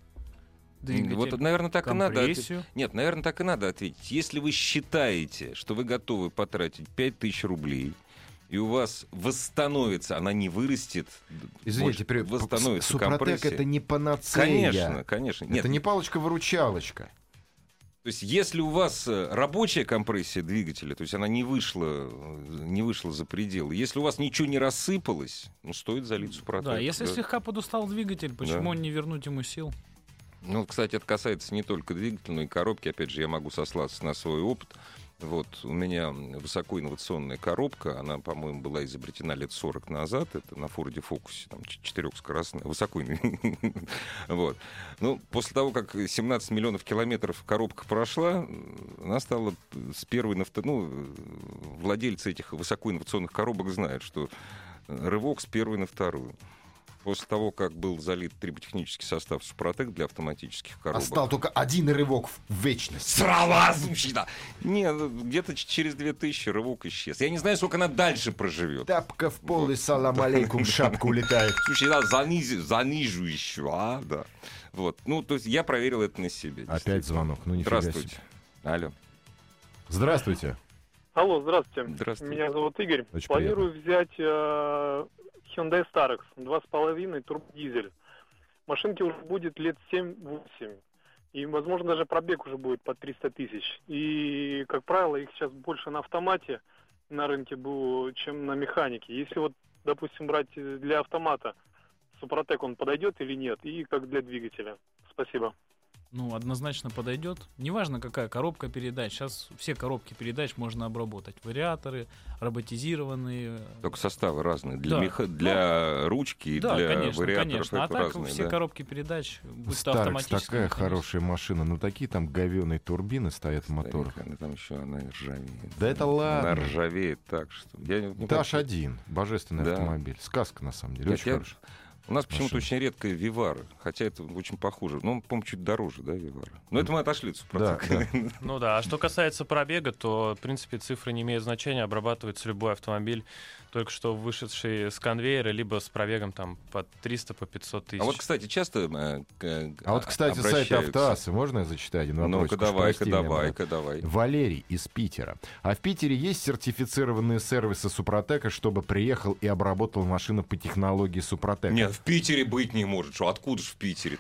Вот, наверное, так и надо ответить. компрессию. Нет, наверное, так и надо ответить. Если вы считаете, что вы готовы потратить пять тысяч рублей, и у вас восстановится, она не вырастет, Извините, больше, при... восстановится Супротек компрессия. это не панацея. Конечно, конечно. Нет, Это не палочка-выручалочка. То есть, если у вас э, рабочая компрессия двигателя, то есть она не вышла, э, не вышла за пределы, если у вас ничего не рассыпалось, ну, стоит залить Супротек. Да, если слегка подустал двигатель, почему Да. не вернуть ему сил? Ну, кстати, это касается не только двигателя, но и коробки. Опять же, я могу сослаться на свой опыт. Вот, у меня высокоинновационная коробка, она, по-моему, была изобретена лет сорок назад, это на Форде Фокусе, там, четырехскоростная, высоко. Вот. Ну, после того, как семнадцать миллионов километров коробка прошла, она стала с первой на вторую, ну, владельцы этих высокоинновационных коробок знают, что рывок с первой на вторую. После того, как был залит триботехнический состав Супротек для автоматических коробок. Остал только один рывок в вечность. Сралазущина! Не, где-то через две тысячи рывок исчез. Я не знаю, сколько она дальше проживет. Тапка в пол и салам алейкум, шапка улетает. Слушай, да, заниз- заниживающего, а, да. Вот, ну, то есть я проверил это на себе. Опять звонок, ну нифига Здравствуйте. себе. Алло. Здравствуйте. Алло, здравствуйте. Здравствуйте. Меня зовут Игорь. Очень Планирую взять э, Hyundai Starex два с половиной турбодизель. Машинке уже будет лет семь-восемь. И, возможно, даже пробег уже будет под триста тысяч. И, как правило, их сейчас больше на автомате на рынке было, чем на механике. Если вот, допустим, брать для автомата, Супротек он подойдет или нет? И как для двигателя? Спасибо. Ну, однозначно подойдет. Неважно, какая коробка передач. Сейчас все коробки передач можно обработать. Вариаторы, роботизированные. Только составы разные. Для, Да. меха... для ручки и Да, для конечно, вариаторов конечно. А это так разные. все да. коробки передач, будь то Старекс автоматические. такая механические. хорошая машина, но такие там говёные турбины стоят в моторах. Старик, она там еще она ржавеет. Да это ладно. Она ржавеет так, что... Я не, не Даш хочу. один, божественный Да. автомобиль. Сказка, на самом деле, Нет, очень я- хорошая. У нас почему-то машина. очень редкая Вивара, хотя это очень похоже. Ну, по-моему, чуть дороже, да, Вивара? Но это мы отошли от Да, Супротека. да. Ну да, а что касается пробега, то, в принципе, цифры не имеют значения, обрабатывается любой автомобиль, только что вышедший с конвейера, либо с пробегом там под триста, по пятьсот тысяч. А вот, кстати, часто э, к- А вот, кстати, сайт обращаются. Автоассы, можно я зачитаю один вопрос? Ну-ка, Уж давай-ка, прости меня, давай-ка, давай. Валерий из Питера. А в Питере есть сертифицированные сервисы Супротека, чтобы приехал и обработал машину по технологии Супротека? Нет, в Питере быть не может. Что, откуда ж в Питере?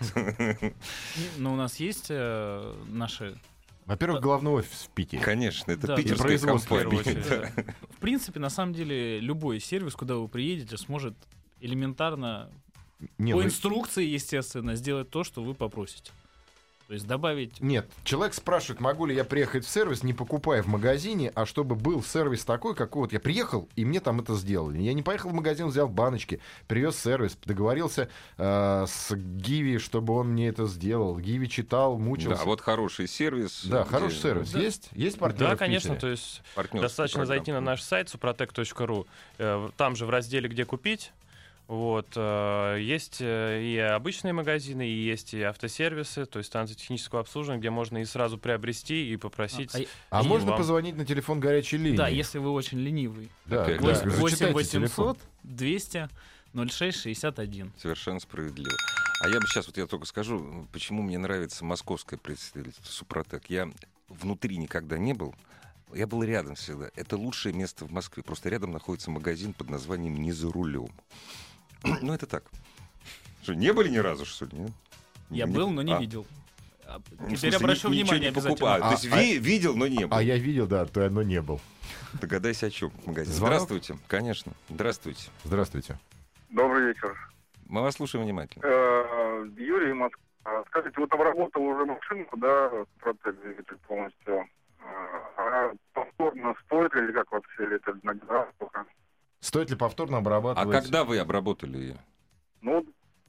Но у нас есть э, наши... Во-первых, главный офис в Питере. Конечно, это Да, питерская производство, компания. в первую очередь. Да. В принципе, на самом деле, любой сервис, куда вы приедете, сможет элементарно, Не, по ну, инструкции, естественно, сделать то, что вы попросите. То есть добавить... Нет, человек спрашивает, могу ли я приехать в сервис, не покупая в магазине, а чтобы был сервис такой, какой вот я приехал, и мне там это сделали. Я не поехал в магазин, взял баночки, привез сервис, договорился э, с Гиви, чтобы он мне это сделал. Гиви читал, мучился. Да, вот хороший сервис. Да, где- хороший сервис. Да. Есть? Есть партнеры Да, в конечно, Питере? то есть партнерская достаточно программа. зайти на наш сайт супротек точка ру, э, там же в разделе «Где купить». Вот, э, есть э, и обычные магазины, и есть и автосервисы, то есть станции технического обслуживания, где можно и сразу приобрести, и попросить. А, А И можно вам. позвонить на телефон горячей линии? да, если вы очень ленивый. Да, Опять, да. да. Зачитайте восемь телефон. восемьсот двести ноль шесть шестьдесят один. Совершенно справедливо. А я бы сейчас, вот я только скажу, почему мне нравится московское представительство Супротек. Я внутри никогда не был. Я был рядом всегда. Это лучшее место в Москве. Просто рядом находится магазин под названием «Не за рулем». Ну, это так. Что, не были ни разу, что ли? Нет? Я Не- был, но не а, видел. А, в Теперь смысле, обращу ни- ничего внимание не покупаю. обязательно. То есть А- ви- видел, но не был. А я видел, да, то но не был. Догадайся, о чем магазин. Звонок? Здравствуйте. Конечно. Здравствуйте. Здравствуйте. Добрый вечер. Мы вас слушаем внимательно. Э, Юрий, Москва. Скажите, вот обработал уже машинку, да, Супротек двигатель полностью. Э, А повторно стоит ли, или как вообще, или это на гидравлику только? Стоит ли повторно А обрабатывать? когда вы обработали ее? Ну,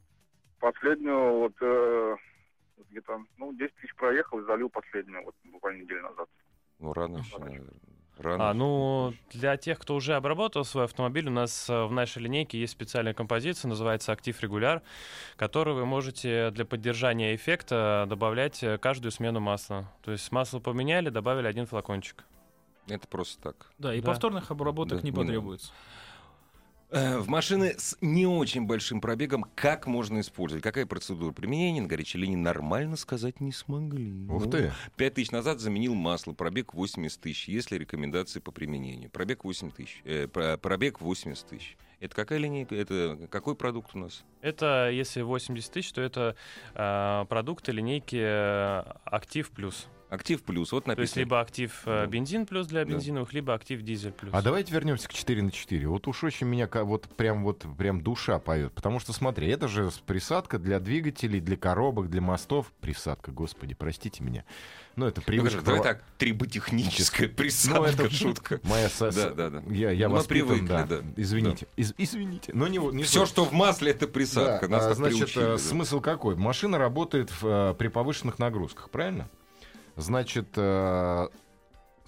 последнюю вот э, где-то, ну, десять тысяч проехал и залил последнюю, вот буквально неделю назад. Ну, рано еще, наверное. Рано. А, ну, для тех, кто уже обработал свой автомобиль, у нас э, в нашей линейке есть специальная композиция, называется «Актив Регуляр», которую вы можете для поддержания эффекта добавлять э, каждую смену масла. То есть масло поменяли, добавили один флакончик. Это просто так. Да, и Да. повторных обработок Да, не не надо. потребуется. Э, В машины с не очень большим пробегом как можно использовать? Какая процедура применения? На горячей линии нормально сказать не смогли. Ух Ну, ты. Пять тысяч назад заменил масло, пробег восемьдесят тысяч, если рекомендации по применению. Пробег восемь тысяч, э, про- пробег восемьдесят тысяч. Это какая линейка? Это какой продукт у нас? Это, если восемьдесят тысяч, то это э, продукты линейки э, «Актив Плюс». Актив плюс. Вот То есть написано. либо «Актив э, Да. бензин плюс» для Да. бензиновых, либо «Актив дизель плюс». А давайте вернемся к четыре на четыре. Вот уж очень меня ка- вот прям вот прям душа поет. Потому что, смотри, это же присадка для двигателей, для коробок, для мостов. Присадка, господи, простите меня. Ну, это Ну, привычка. хорошо, давай права- так, триботехническая Ну, присадка, это шутка. Моя со- Да, да, да. Я, я Ну, мы воспитан, привыкли, да. да. Извините. Из- извините. Но не, не Все, суть. что в масле, это присадка. Да, Нас а, так значит, приучили, э, да. смысл какой? Машина работает в, э, при повышенных нагрузках, правильно? Значит, э,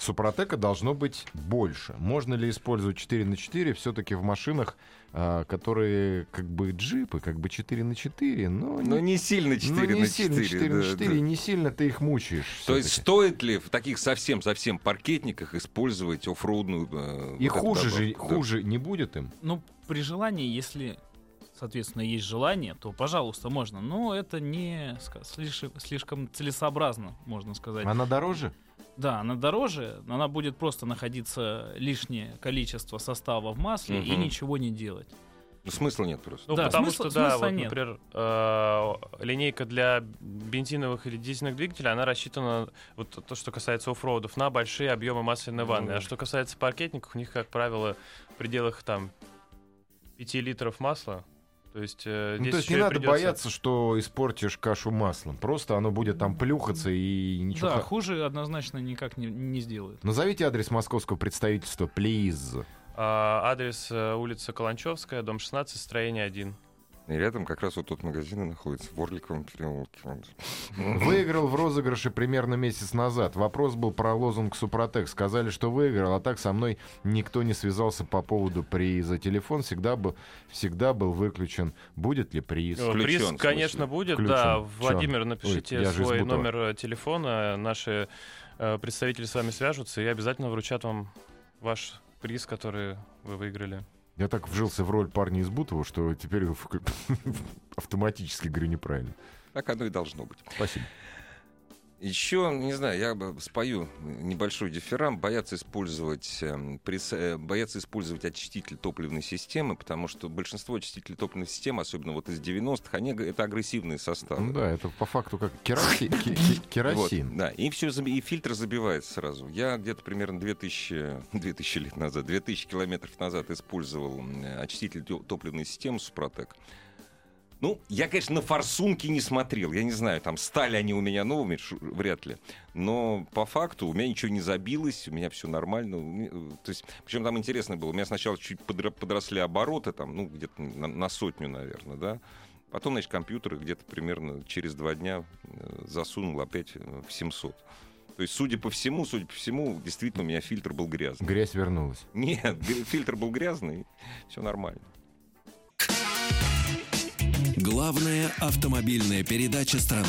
Супротека должно быть больше. Можно ли использовать четыре на четыре все-таки в машинах, а, которые как бы джипы, как бы четыре на четыре, но, Но не сильно четыре на четыре. четыре на четыре, и не сильно ты их мучаешь. То есть всё-таки. стоит ли в таких совсем-совсем паркетниках использовать оффроудную... э, И вот эту хуже же, добавку? Да. хуже не будет им? Ну, при желании, если, соответственно, есть желание, то, пожалуйста, можно. Но это не ска- слишком, слишком целесообразно, можно сказать. Она дороже? Да, она дороже, но она будет просто находиться лишнее количество состава в масле и Мгм. ничего не делать. Ну, смысла нет просто. Ну, Да, потому смысла- что, да, смысла вот, нет. например, э, линейка для бензиновых или дизельных двигателей, она рассчитана, вот то, что касается оффроудов, на большие объемы масляной ванны. А что касается паркетников, у них, как правило, в пределах там пяти литров масла. То есть, э, Ну, здесь то есть ещё не и надо придётся- бояться, что испортишь кашу маслом. Просто оно будет там плюхаться и ничего. Да, ха- хуже однозначно никак не, не сделают. Назовите адрес московского представительства, please. А, адрес э, улица Каланчевская, дом шестнадцать, строение один. И рядом как раз вот тот магазин и находится, в Орликовом переулке. Выиграл в розыгрыше примерно месяц назад. Вопрос был про лозунг Супротек. Сказали, что выиграл, а так со мной никто не связался по поводу приза. Телефон всегда был, всегда был выключен. Будет ли приз? Э, Включен, Приз, в смысле? конечно, будет. Включен. Да, Чё? Владимир, напишите Ой, я же из свой Бутова. номер э, телефона. Наши э, представители с вами свяжутся и обязательно вручат вам ваш приз, который вы выиграли. Я так вжился в роль парня из Бутова, что теперь автоматически говорю неправильно. Так оно и должно быть. Спасибо. Еще, не знаю, я бы спою небольшой дифирам. Боятся использовать, эм, прис- э, боятся использовать очиститель топливной системы, потому что большинство очистителей топливной системы, особенно вот из девяностых, они г- это агрессивные составы. Ну да, это по факту как кероси- ке- ке- керосин. Вот, да, и все и фильтр забивается сразу. Я где-то примерно две тысячи, две тысячи лет назад, две тысячи километров назад использовал м, очиститель тё- топливной системы Супротек. Ну, я, конечно, на форсунки не смотрел. Я не знаю, там стали они у меня новыми, шу- вряд ли. Но по факту у меня ничего не забилось, у меня все нормально. У меня- То есть, причем там интересно было. У меня сначала чуть подро- подросли обороты, там, ну, где-то на, на сотню, наверное, да. Потом, значит, компьютер где-то примерно через два дня э, засунул опять э, в семьсот. То есть, судя по всему, судя по всему, действительно у меня фильтр был грязный. Грязь вернулась. Нет, г- фильтр был грязный, все нормально. Главная автомобильная передача страны.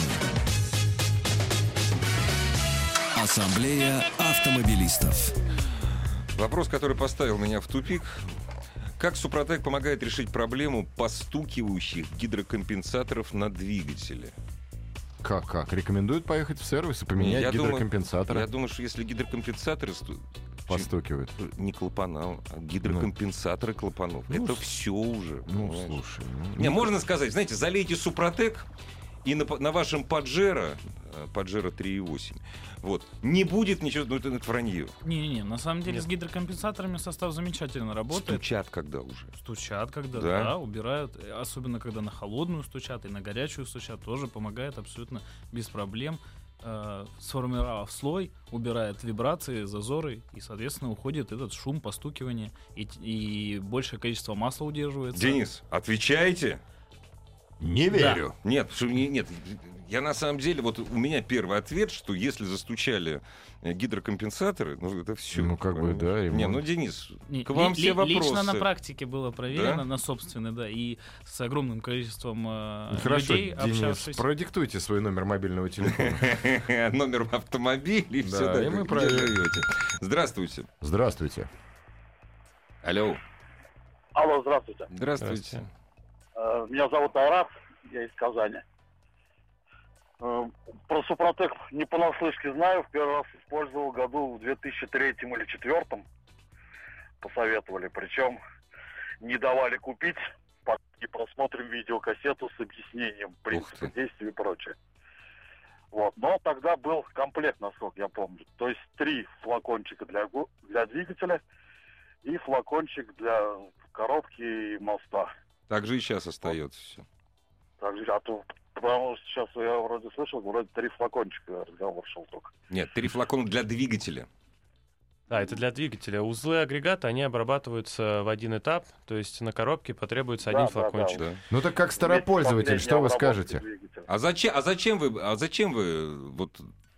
Ассамблея автомобилистов. Вопрос, который поставил меня в тупик. Как Супротек помогает решить проблему постукивающих гидрокомпенсаторов на двигателе? Как, как? Рекомендуют поехать в сервис и поменять Я думаю- гидрокомпенсаторы? Я думаю, что если гидрокомпенсаторы... сту- Постукивают. чуть- Не клапана, а гидрокомпенсаторы клапанов. Ну, Это с- все уже. Ну, понимаешь? слушай. ну, Не, ну, можно сказать, знаете, залейте Супротек, и на, на вашем Паджеро, э, Паджеро три и восемь, вот, не будет ничего, ну это, это вранье. Не-не-не, на самом деле Нет. с гидрокомпенсаторами состав замечательно работает. Стучат когда уже. Стучат, когда, Да? да? убирают. э, Особенно, когда на холодную стучат и на горячую стучат, тоже помогает абсолютно без проблем. Э, сформировав слой, убирает вибрации, зазоры, и, соответственно, уходит этот шум, постукивание, и, и большее количество масла удерживается. Денис, отвечайте. Не верю. Нет, что- не- нет, я на самом деле, вот у меня первый ответ, что если застучали э, гидрокомпенсаторы, ну это все. Ну, как бы, да, Не, ремонт. ну, Денис, Не, к вам ли- все ли- вопросы. Лично на практике было проверено, Да? на собственной, да, и с огромным количеством э, Хорошо, людей, Денис, общавшись. продиктуйте свой номер мобильного телефона. Номер автомобиля и Да, все, и мы где проверим. живете. Здравствуйте. Здравствуйте. Алло. Алло, здравствуйте. Здравствуйте. Здравствуйте. Э, Меня зовут Айрат, я из Казани. Э, Про Супротек не понаслышке знаю. В первый раз использовал году в две тысячи третьем или две тысячи четвёртом. Посоветовали. Причем не давали купить, пока не просмотрим видеокассету с объяснением принципа ты. действий и прочее. Вот. Но тогда был комплект, насколько я помню. То есть три флакончика для, гу- для двигателя и флакончик для коробки и моста. Так же и сейчас остается все. Так же, а то, потому что сейчас я вроде слышал, вроде три флакончика разговор шел только. Нет, три флакона для двигателя. Да, это для двигателя. Узлы агрегата, они обрабатываются в один этап, то есть на коробке потребуется Да, один да, флакончик. Да. Ну так как старопользователь, Вместе что вы с последней скажете? обработкой двигателя. А зачем, а зачем вы, а зачем вы вот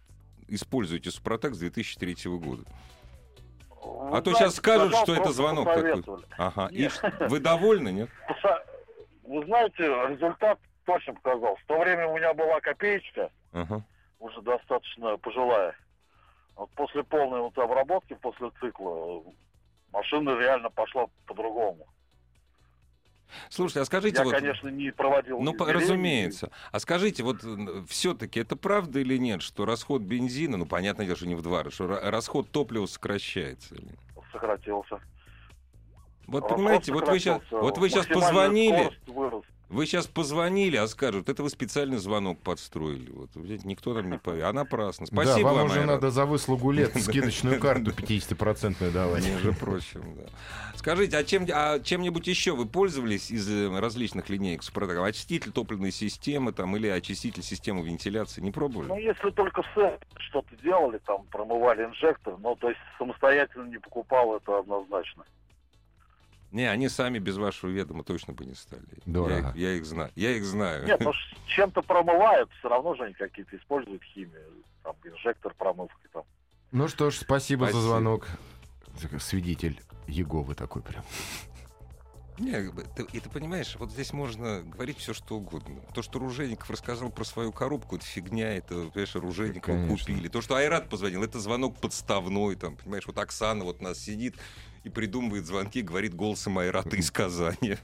используете Супротек с две тысячи третьего года. Вы А то знаете, сейчас скажут, сказал, что это просто звонок такой. посоветовали. Ага. И Нет. ш- вы довольны, нет? Поса- Вы знаете, результат точно показал. В то время у меня была копеечка, Ага. уже достаточно пожилая. Вот после полной вот обработки, после цикла, машина реально пошла по-другому. Слушайте, а скажите, Я, вот, конечно, не проводил... ну, по- измерений. разумеется. А скажите, вот все-таки это правда или нет, что расход бензина, ну, понятное дело, что не в два раза, что ра- расход топлива сокращается? или нет? Сократился. Вот Расход понимаете, вот вы сейчас, сократился. вот вы сейчас Максимальная позвонили, скорость выросла. вы сейчас позвонили, а скажут, это вы специальный звонок подстроили. Вот, видите, никто нам не поверит. А напрасно. Спасибо да, вам вам, уже Айрат. надо за выслугу лет скидочную карту пятидесятипроцентную давать. Между прочим, да. Скажите, а, чем, а чем-нибудь еще вы пользовались из э, различных линеек Супротек? Очиститель топливной системы там, или очиститель системы вентиляции? Не пробовали? Ну, если только с что-то делали, там, промывали инжектор, но, то есть, самостоятельно не покупал, это однозначно. Не, они сами без вашего ведома точно бы не стали. Дорого. Я, их- я их знаю. Я их знаю. Нет, ну, ш- чем-то промывают, все равно же они какие-то используют химию, там, инжектор промывки, там. Ну что ж, спасибо, Спасибо. за звонок. Свидетель Еговы такой прям. Не, ты, и ты понимаешь, вот здесь можно говорить все, что угодно. То, что Ружейников рассказал про свою коробку, это фигня, это, понимаешь, Ружейникова Конечно. купили. То, что Айрат позвонил, это звонок подставной, там, понимаешь, вот Оксана вот у нас сидит и придумывает звонки, говорит голосом Айрата из Казани.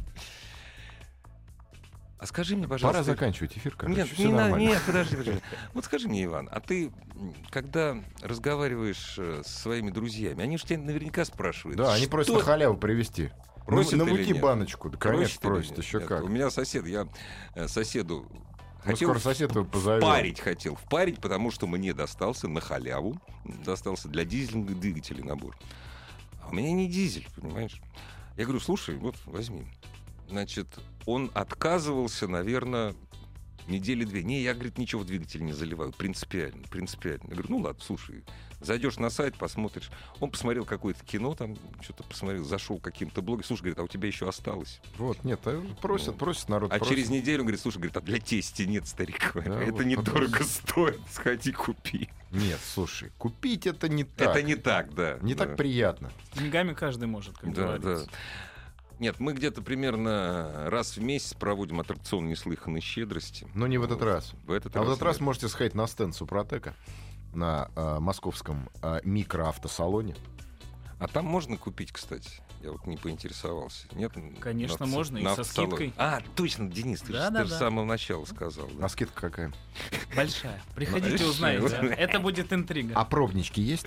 А скажи мне, пожалуйста... Пора заканчивать эфир, короче. Нет, всё не на- нормально. нет, подожди, подожди. Вот скажи мне, Иван, а ты, м, когда разговариваешь э, со своими друзьями, они же тебя наверняка спрашивают. Да, они что- просят на халяву привезти. Просят на или муки нет? баночку. Да, конечно, Просят или просят. нет? Еще Нет, как. У меня сосед, я э, соседу Мы хотел скоро соседа позовем. впарить хотел, впарить, потому что мне достался на халяву, достался для дизельных двигателей набор. А у меня не дизель, понимаешь? Я говорю, слушай, вот возьми. Значит, он отказывался, наверное, недели две. Не, я, говорит, ничего в двигатель не заливаю. Принципиально, принципиально. Я говорю, ну ладно, слушай, зайдешь на сайт, посмотришь. Он посмотрел какое-то кино, там что-то посмотрел, зашел к каким-то блогам. Слушай, говорит, а у тебя еще осталось. Вот, нет, а просят, Ну, просят народ. А просит. через неделю он говорит, слушай, говорит, а для тести нет, старик. Да, это вот недорого пожалуйста. стоит. Сходи, купи. Нет, слушай, купить это не так. Это не так, да. Не да. так приятно. С деньгами каждый может, как Да, говорится. да. Нет, мы где-то примерно раз в месяц проводим аттракцион неслыханной щедрости. Но не в этот Вот. раз. В этот А в раз этот раз нет. можете сходить на стенд Супротека на э, московском э, микроавтосалоне. А там можно купить, кстати? Я вот не поинтересовался. Нет? Конечно, На авто- можно, и на со автосалоне. скидкой. А, точно, Денис, ты, же- Да, ты да, же с да. самого начала сказал. Да. А скидка какая? Большая. Приходите, Большая. узнаете. Это будет интрига. А пробнички есть?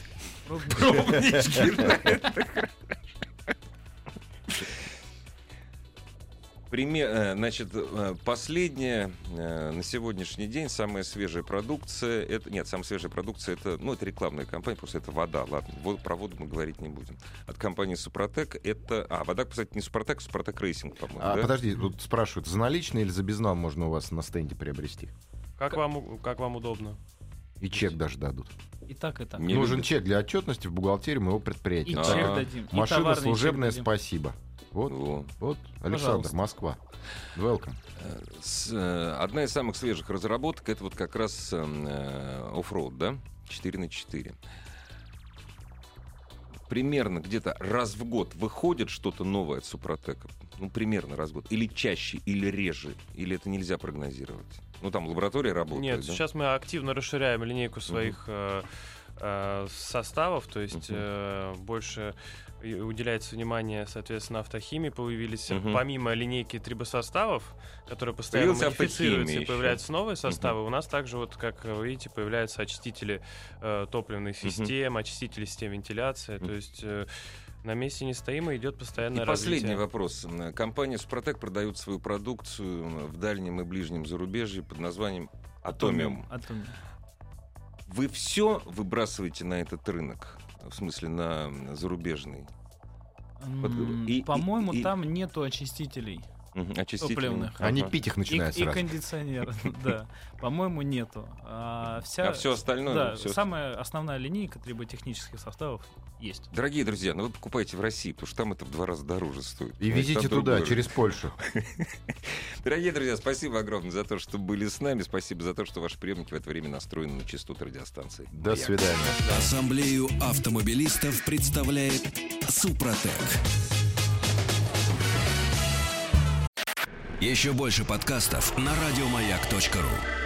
Пример, э, значит, э, последняя э, на сегодняшний день самая свежая продукция, это нет, самая свежая продукция это, ну, это рекламная кампания, просто это вода, ладно, вот про воду мы говорить не будем. От компании Супротек это, а вода, кстати, не Супротек, а Супротек Рейсинг, по-моему, А, да? подожди, тут спрашивают, за наличные или за безнал можно у вас на стенде приобрести? Как вам, у- как вам удобно? И чек даже дадут. И так, и так. Не Нужен любят. чек для отчетности в бухгалтерии моего И предприятия. А, чек ага. дадим. и Машина товарный чек служебная, дадим. спасибо. Вот, Вот. вот, Александр, Пожалуйста. Москва. Welcome. Э, с, э, одна из самых свежих разработок это вот как раз э, оффроуд, да, четыре на четыре. Примерно где-то раз в год выходит что-то новое от Супротека. Ну, примерно раз в год. Или чаще, или реже. Или это нельзя прогнозировать. Ну, там лаборатория работает. Нет, да? сейчас мы активно расширяем линейку своих э, э, составов, то есть Мгм. э, больше и уделяется внимание, соответственно, автохимии. Появились, э, Мгм. помимо линейки трибосоставов, которые постоянно Появилась модифицируются автохимия и еще. появляются новые составы, у нас также, вот, как вы видите, появляются очистители э, топливных систем, очистители систем вентиляции. То есть э, на месте не стоим, и идет И постоянное последний развитие. вопрос. Компания Супротек продает свою продукцию в дальнем и ближнем зарубежье под названием Атомиум. Атомиум. Вы все выбрасываете на этот рынок? В смысле, на зарубежный? М, Вот, и- и- По-моему, и- там нету очистителей. Мгм, очистительные. топливных. Они Ага. пить их И, начинают и сразу. кондиционер, да. По-моему, нету. А, вся, А все остальное? да, всё- самая основная линейка триботехнических составов есть. Дорогие друзья, ну вы покупайте в России, потому что там это в два раза дороже стоит. И Знаете, везите там туда, другой через Польшу. Дорогие друзья, спасибо огромное за то, что были с нами. Спасибо за то, что ваши приемники в это время настроены на частоту радиостанции. До «Маяк». свидания. Ассамблею автомобилистов представляет Супротек. Еще больше подкастов на радиомаяк точка ру.